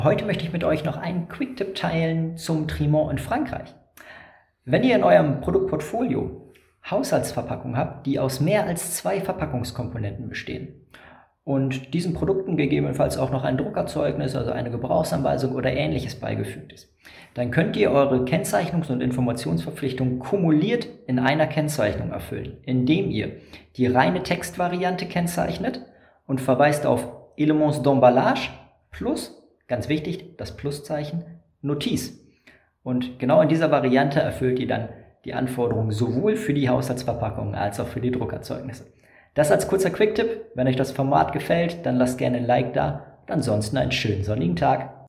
Heute möchte ich mit euch noch einen Quick-Tipp teilen zum Trimont in Frankreich. Wenn ihr in eurem Produktportfolio Haushaltsverpackungen habt, die aus mehr als 2 Verpackungskomponenten bestehen und diesen Produkten gegebenenfalls auch noch ein Druckerzeugnis, also eine Gebrauchsanweisung oder Ähnliches beigefügt ist, dann könnt ihr eure Kennzeichnungs- und Informationsverpflichtung kumuliert in einer Kennzeichnung erfüllen, indem ihr die reine Textvariante kennzeichnet und verweist auf Elements d'emballage plus, ganz wichtig, das Pluszeichen, Notiz. Und genau in dieser Variante erfüllt ihr dann die Anforderungen sowohl für die Haushaltsverpackungen als auch für die Druckerzeugnisse. Das als kurzer Quick-Tipp. Wenn euch das Format gefällt, dann lasst gerne ein Like da und ansonsten einen schönen sonnigen Tag.